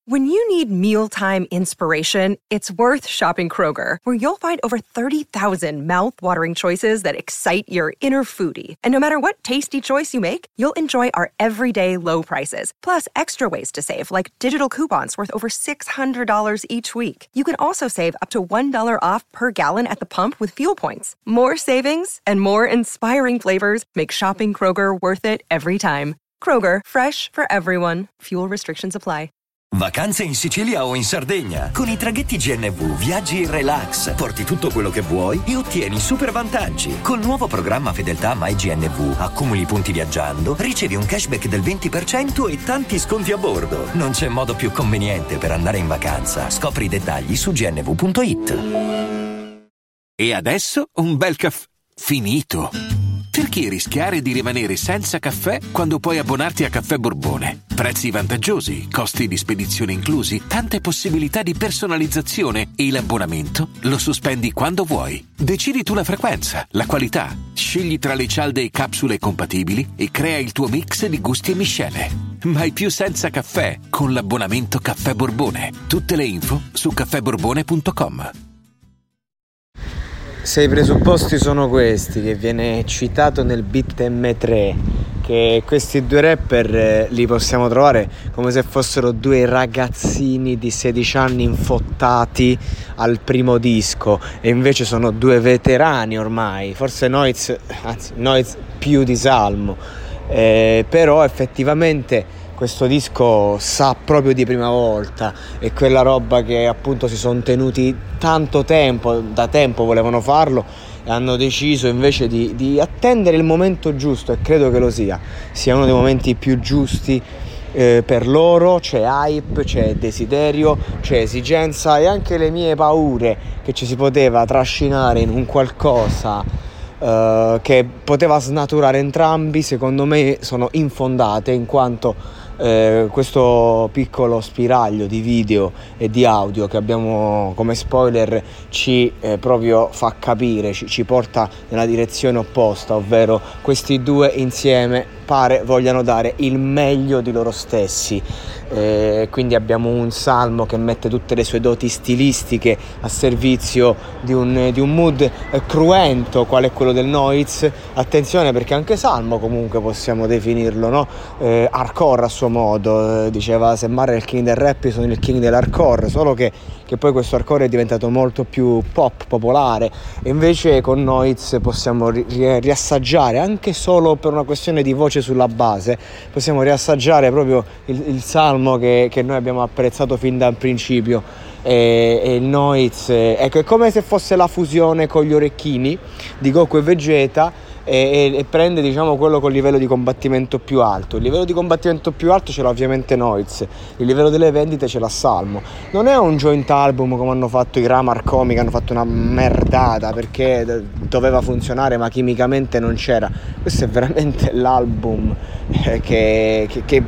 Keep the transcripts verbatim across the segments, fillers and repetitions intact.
When you need mealtime inspiration, it's worth shopping Kroger, where you'll find over thirty thousand mouth-watering choices that excite your inner foodie. And no matter what tasty choice you make, you'll enjoy our everyday low prices, plus extra ways to save, like digital coupons worth over six hundred dollars each week. You can also save up to one dollar off per gallon at the pump with fuel points. More savings and more inspiring flavors make shopping Kroger worth it every time. Kroger, fresh for everyone. Fuel restrictions apply. Vacanze in Sicilia o in Sardegna. Con i traghetti G N V viaggi in relax, porti tutto quello che vuoi e ottieni super vantaggi. Col nuovo programma Fedeltà MyGNV accumuli punti viaggiando, ricevi un cashback del venti per cento e tanti sconti a bordo. Non c'è modo più conveniente per andare in vacanza. Scopri i dettagli su g n v punto i t. E adesso un bel caffè finito. Perché rischiare di rimanere senza caffè quando puoi abbonarti a Caffè Borbone? Prezzi vantaggiosi, costi di spedizione inclusi, tante possibilità di personalizzazione e l'abbonamento lo sospendi quando vuoi. Decidi tu la frequenza, la qualità, scegli tra le cialde e capsule compatibili e crea il tuo mix di gusti e miscele. Mai più senza caffè con l'abbonamento Caffè Borbone. Tutte le info su caffè borbone punto com. Se i presupposti sono questi, che viene citato nel beat emme tre, che questi due rapper eh, li possiamo trovare come se fossero due ragazzini di sedici anni infottati al primo disco, e invece sono due veterani ormai, forse Noiz, anzi Noiz più di Salmo, eh, però effettivamente questo disco sa proprio di prima volta, è quella roba che appunto si sono tenuti tanto tempo, da tempo volevano farlo e hanno deciso invece di, di attendere il momento giusto, e credo che lo sia, sia uno dei momenti più giusti eh, per loro. C'è hype, c'è desiderio, c'è esigenza e anche le mie paure che ci si poteva trascinare in un qualcosa Uh, che poteva snaturare entrambi, secondo me sono infondate, in quanto uh, questo piccolo spiraglio di video e di audio che abbiamo come spoiler ci eh, proprio fa capire, ci, ci porta nella direzione opposta, ovvero questi due insieme pare vogliano dare il meglio di loro stessi. Eh, quindi abbiamo un Salmo che mette tutte le sue doti stilistiche a servizio di un, di un mood eh, cruento quale è quello del Noiz. Attenzione, perché anche Salmo comunque possiamo definirlo, no? Eh, hardcore a suo modo, eh, diceva se Mara è il king del rap, io sono il king dell'hardcore, solo che, che poi questo hardcore è diventato molto più pop, popolare, e invece con Noiz possiamo ri- riassaggiare, anche solo per una questione di voce sulla base, possiamo riassaggiare proprio il, il Salmo che, che noi abbiamo apprezzato fin dal principio, e, e il Noiz, ecco, è come se fosse la fusione con gli orecchini di Goku e Vegeta, e, e, e prende, diciamo, quello con il livello di combattimento più alto. Il livello di combattimento più alto ce l'ha ovviamente Noiz, il livello delle vendite ce l'ha Salmo. Non è un joint album come hanno fatto i Grammar Comic, hanno fatto una merdata perché doveva funzionare ma chimicamente non c'era. Questo è veramente l'album eh, che, che, che,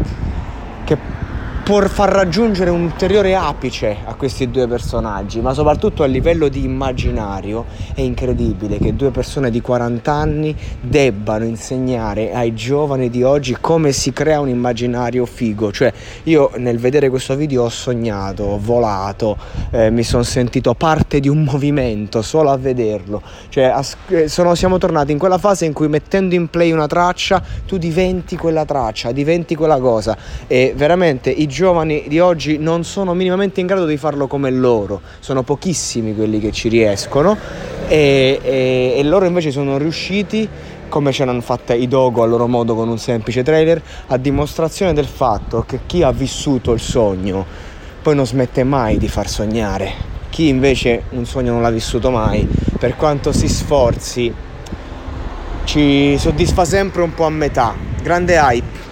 che può far raggiungere un ulteriore apice a questi due personaggi, ma soprattutto a livello di immaginario è incredibile che due persone di quaranta anni debbano insegnare ai giovani di oggi come si crea un immaginario figo. Cioè, io nel vedere questo video ho sognato, ho volato, eh, mi sono sentito parte di un movimento solo a vederlo. Cioè, as- sono, siamo tornati in quella fase in cui mettendo in play una traccia tu diventi quella traccia, diventi quella cosa, e veramente i giovani di oggi non sono minimamente in grado di farlo come loro, sono pochissimi quelli che ci riescono, e, e, e loro invece sono riusciti, come ce l'hanno fatta i Dogo a loro modo con un semplice trailer, a dimostrazione del fatto che chi ha vissuto il sogno poi non smette mai di far sognare. Chi invece un sogno non l'ha vissuto mai, per quanto si sforzi, ci soddisfa sempre un po' a metà. Grande hype.